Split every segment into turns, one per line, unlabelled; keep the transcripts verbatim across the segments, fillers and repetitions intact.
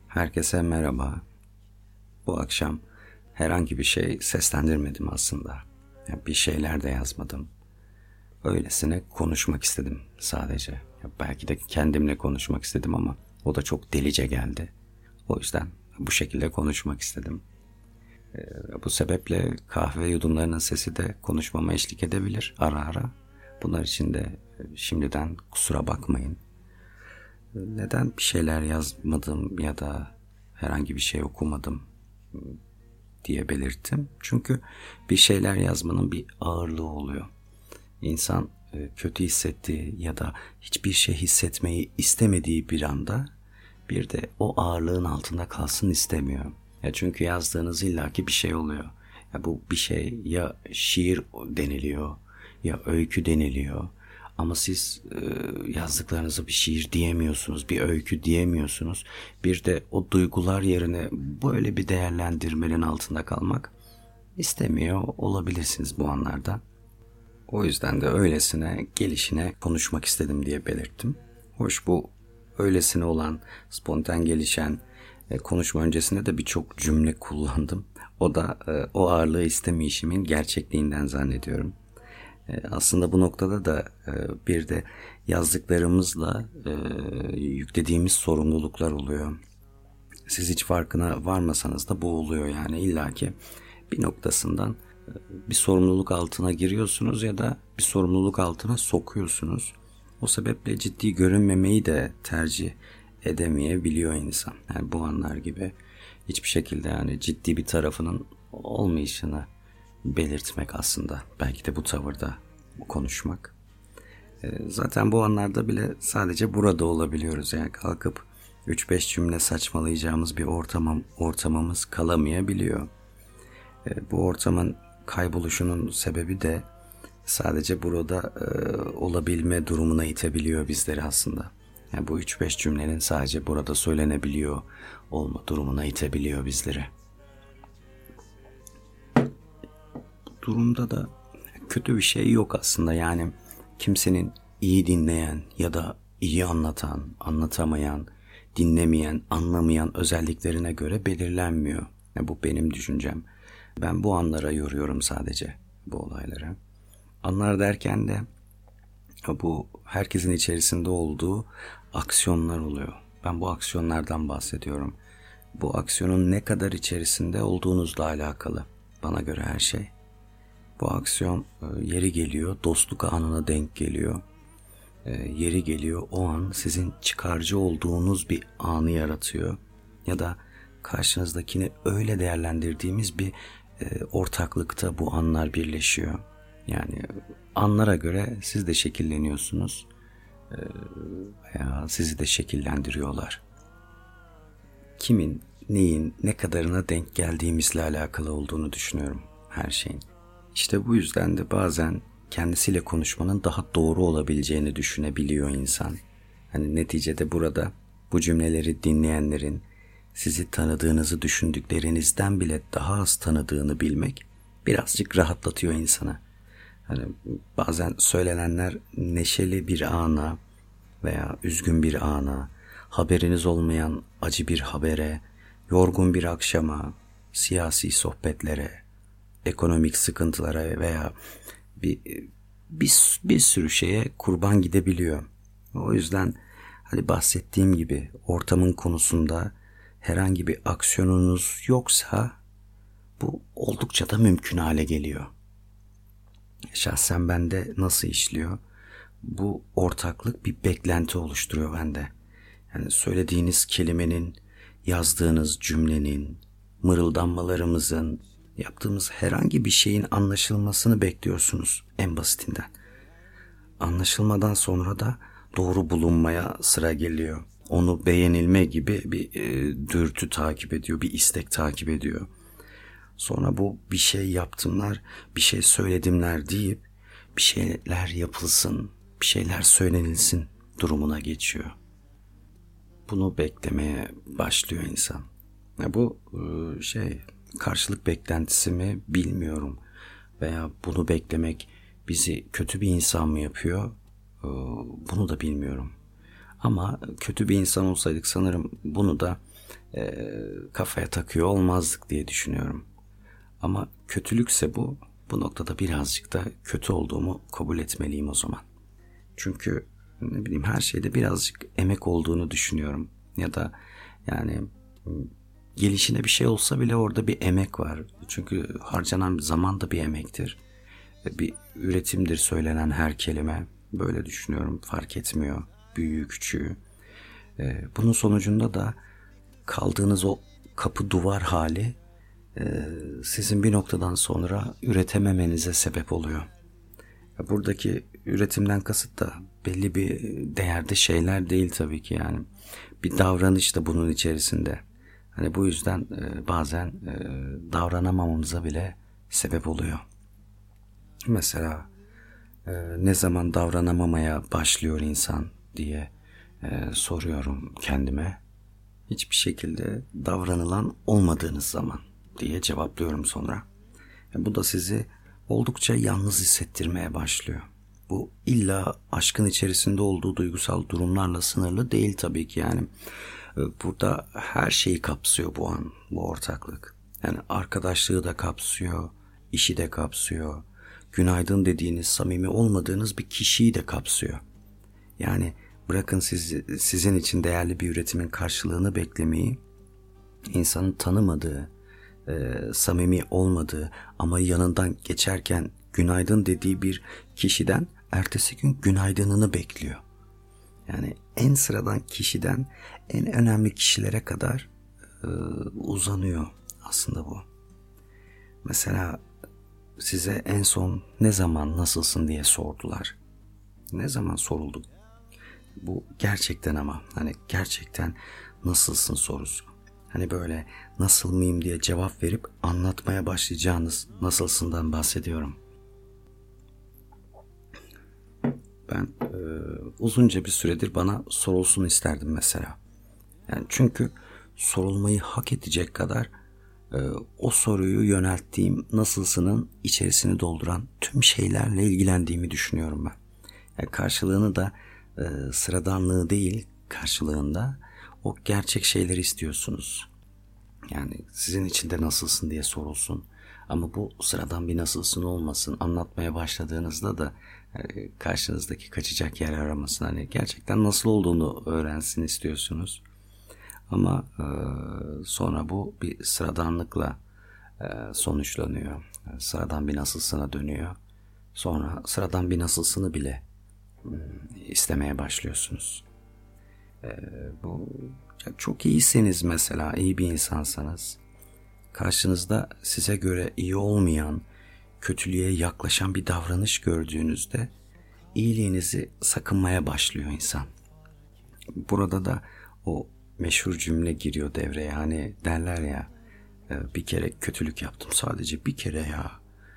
Herkese merhaba. Bu akşam herhangi bir şey seslendirmedim aslında. Ya bir şeyler de yazmadım. Öylesine konuşmak istedim sadece. Ya belki de kendimle konuşmak istedim ama o da çok delice geldi. O yüzden bu şekilde konuşmak istedim. Ee, bu sebeple kahve yudumlarının sesi de konuşmama eşlik edebilir ara ara. Bunlar için de şimdiden kusura bakmayın. Neden bir şeyler yazmadım ya da herhangi bir şey okumadım diye belirttim. Çünkü bir şeyler yazmanın bir ağırlığı oluyor. İnsan kötü hissettiği ya da hiçbir şey hissetmeyi istemediği bir anda bir de o ağırlığın altında kalsın istemiyor. Ya çünkü yazdığınız illaki bir şey oluyor. Ya bu bir şey ya şiir deniliyor ya öykü deniliyor. Ama siz e, yazdıklarınızı bir şiir diyemiyorsunuz, bir öykü diyemiyorsunuz. Bir de o duygular yerine böyle bir değerlendirmenin altında kalmak istemiyor olabilirsiniz bu anlarda. O yüzden de öylesine gelişine konuşmak istedim diye belirttim. Hoş bu öylesine olan, spontan gelişen e, konuşma öncesinde de birçok cümle kullandım. O da e, o ağırlığı istemeyişimin gerçekliğinden zannediyorum. Aslında bu noktada da bir de yazdıklarımızla yüklediğimiz sorumluluklar oluyor. Siz hiç farkına varmasanız da bu oluyor yani illaki bir noktasından bir sorumluluk altına giriyorsunuz ya da bir sorumluluk altına sokuyorsunuz. O sebeple ciddi görünmemeyi de tercih edemeyebiliyor insan. Yani bu anlar gibi hiçbir şekilde yani ciddi bir tarafının olmayışını belirtmek aslında. Belki de bu tavırda konuşmak. Zaten bu anlarda bile sadece burada olabiliyoruz. Yani kalkıp üç beş cümle saçmalayacağımız bir ortamım, ortamımız kalamayabiliyor. Bu ortamın kayboluşunun sebebi de sadece burada olabilme durumuna itebiliyor bizleri aslında. Yani bu üç beş cümlenin sadece burada söylenebiliyor olma durumuna itebiliyor bizleri. Durumda da kötü bir şey yok aslında. Yani kimsenin iyi dinleyen ya da iyi anlatan, anlatamayan, dinlemeyen, anlamayan özelliklerine göre belirlenmiyor. Yani bu benim düşüncem. Ben bu anlara yoruyorum sadece bu olayları. Anlar derken de bu herkesin içerisinde olduğu aksiyonlar oluyor. Ben bu aksiyonlardan bahsediyorum. Bu aksiyonun ne kadar içerisinde olduğunuzla alakalı. Bana göre her şey. Bu aksiyon yeri geliyor, dostluk anına denk geliyor. Yeri geliyor, o an sizin çıkarcı olduğunuz bir anı yaratıyor. Ya da karşınızdakini öyle değerlendirdiğimiz bir ortaklıkta bu anlar birleşiyor. Yani anlara göre siz de şekilleniyorsunuz veya sizi de şekillendiriyorlar. Kimin, neyin, ne kadarına denk geldiğimizle alakalı olduğunu düşünüyorum her şeyin. İşte bu yüzden de bazen kendisiyle konuşmanın daha doğru olabileceğini düşünebiliyor insan. Hani neticede burada bu cümleleri dinleyenlerin sizi tanıdığınızı düşündüklerinizden bile daha az tanıdığını bilmek birazcık rahatlatıyor insanı. Hani bazen söylenenler neşeli bir ana veya üzgün bir ana, haberiniz olmayan acı bir habere, yorgun bir akşama, siyasi sohbetlere, ekonomik sıkıntılara veya bir, bir, bir sürü şeye kurban gidebiliyor. O yüzden hani bahsettiğim gibi ortamın konusunda herhangi bir aksiyonunuz yoksa bu oldukça da mümkün hale geliyor. Şahsen bende nasıl işliyor? Bu ortaklık bir beklenti oluşturuyor bende. Yani söylediğiniz kelimenin, yazdığınız cümlenin, mırıldanmalarımızın, yaptığımız herhangi bir şeyin anlaşılmasını bekliyorsunuz en basitinden. Anlaşılmadan sonra da doğru bulunmaya sıra geliyor. Onu beğenilme gibi bir e, dürtü takip ediyor, bir istek takip ediyor. Sonra bu bir şey yaptımlar, bir şey söyledimler deyip bir şeyler yapılsın, bir şeyler söylenilsin durumuna geçiyor. Bunu beklemeye başlıyor insan. Ya bu e, şey... karşılık beklentisi mi bilmiyorum veya bunu beklemek bizi kötü bir insan mı yapıyor bunu da bilmiyorum. Ama kötü bir insan olsaydık sanırım bunu da e, kafaya takıyor olmazdık diye düşünüyorum. Ama kötülükse bu, bu noktada birazcık da kötü olduğumu kabul etmeliyim o zaman. Çünkü ne bileyim her şeyde birazcık emek olduğunu düşünüyorum. Ya da yani gelişine bir şey olsa bile orada bir emek var. Çünkü harcanan zaman da bir emektir. Bir üretimdir söylenen her kelime. Böyle düşünüyorum, fark etmiyor büyüğü küçüğü. Bunun sonucunda da kaldığınız o kapı duvar hali sizin bir noktadan sonra üretememenize sebep oluyor. Buradaki üretimden kasıt da belli bir değerde şeyler değil tabii ki yani. Bir davranış da bunun içerisinde. Hani bu yüzden bazen davranamamamıza bile sebep oluyor. Mesela ne zaman davranamamaya başlıyor insan diye soruyorum kendime. Hiçbir şekilde davranılan olmadığınız zaman diye cevaplıyorum sonra. Bu da sizi oldukça yalnız hissettirmeye başlıyor. Bu illa aşkın içerisinde olduğu duygusal durumlarla sınırlı değil tabii ki yani. Burada her şeyi kapsıyor bu an, bu ortaklık. Yani arkadaşlığı da kapsıyor, işi de kapsıyor. Günaydın dediğiniz, samimi olmadığınız bir kişiyi de kapsıyor. Yani bırakın siz, sizin için değerli bir üretimin karşılığını beklemeyi, insanın tanımadığı, e, samimi olmadığı ama yanından geçerken günaydın dediği bir kişiden ertesi gün günaydınını bekliyor. Yani en sıradan kişiden en önemli kişilere kadar e, uzanıyor aslında bu. Mesela size en son ne zaman nasılsın diye sordular. Ne zaman soruldu? Bu gerçekten ama hani gerçekten nasılsın sorusu. Hani böyle nasıl mıyım diye cevap verip anlatmaya başlayacağınız nasılsından bahsediyorum. Ben e, uzunca bir süredir bana sorulsun isterdim mesela. Yani çünkü sorulmayı hak edecek kadar e, o soruyu yönelttiğim nasılsının içerisini dolduran tüm şeylerle ilgilendiğimi düşünüyorum ben. Yani karşılığını da e, sıradanlığı değil, karşılığında o gerçek şeyleri istiyorsunuz. Yani sizin için de nasılsın diye sorulsun. Ama bu sıradan bir nasılsın olmasın. Anlatmaya başladığınızda da e, karşınızdaki kaçacak yer aramasın. Hani gerçekten nasıl olduğunu öğrensin istiyorsunuz. Ama e, sonra bu bir sıradanlıkla e, sonuçlanıyor. Yani sıradan bir nasılsına dönüyor. Sonra sıradan bir nasılsını bile e, istemeye başlıyorsunuz. E, bu çok iyisiniz mesela, iyi bir insansanız. Karşınızda size göre iyi olmayan, kötülüğe yaklaşan bir davranış gördüğünüzde iyiliğinizi sakınmaya başlıyor insan. Burada da o meşhur cümle giriyor devreye. Hani derler ya, bir kere kötülük yaptım, sadece bir kere ya,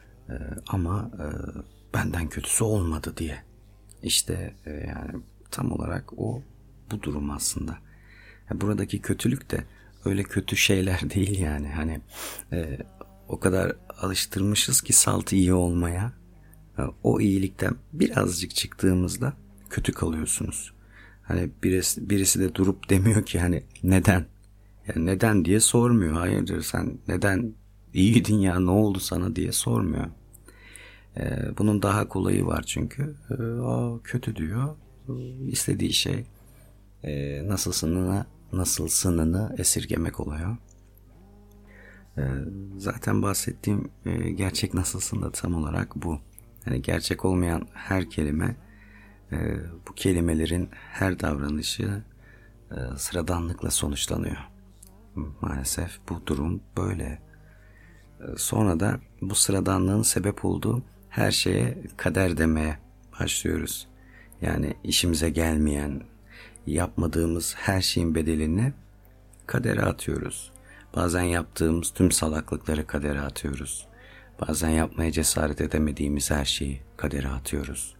ama benden kötüsü olmadı diye. İşte yani tam olarak o bu durum aslında. Buradaki kötülük de öyle kötü şeyler değil yani. Hani e, o kadar alıştırmışız ki salt iyi olmaya. E, o iyilikten birazcık çıktığımızda kötü kalıyorsunuz. Hani birisi, birisi de durup demiyor ki hani neden? Yani neden diye sormuyor. Hayırdır sen neden iyiydin ya, ne oldu sana diye sormuyor. E, bunun daha kolayı var çünkü. E, o kötü diyor. E, istediği şey e, nasılsınına nasılsınını esirgemek oluyor. Ee, zaten bahsettiğim e, gerçek nasılsın da tam olarak bu. Yani gerçek olmayan her kelime, e, bu kelimelerin her davranışı e, sıradanlıkla sonuçlanıyor. Maalesef bu durum böyle. E, sonra da bu sıradanlığın sebep olduğu her şeye kader demeye başlıyoruz. Yani işimize gelmeyen, yapmadığımız her şeyin bedelini kadere atıyoruz. Bazen yaptığımız tüm salaklıkları kadere atıyoruz. Bazen yapmaya cesaret edemediğimiz her şeyi kadere atıyoruz.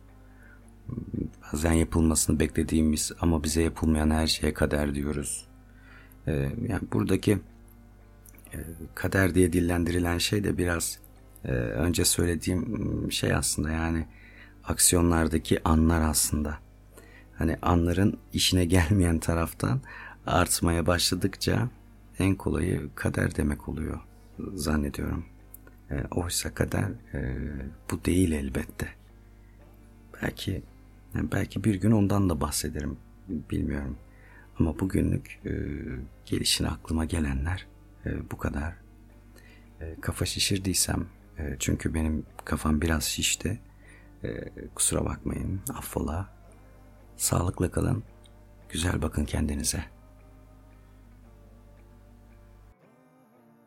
Bazen yapılmasını beklediğimiz ama bize yapılmayan her şeye kader diyoruz. Ee, yani buradaki e, kader diye dillendirilen şey de biraz e, önce söylediğim şey aslında, yani aksiyonlardaki anlar aslında. Hani anların işine gelmeyen taraftan artmaya başladıkça en kolayı kader demek oluyor zannediyorum. E, oysa kader e, bu değil elbette. Belki yani belki bir gün ondan da bahsederim, bilmiyorum. Ama bugünlük e, gelişine aklıma gelenler e, bu kadar. E, kafa şişirdiysem e, çünkü benim kafam biraz şişti. E, kusura bakmayın, affola. Sağlıklı kalın, güzel bakın kendinize.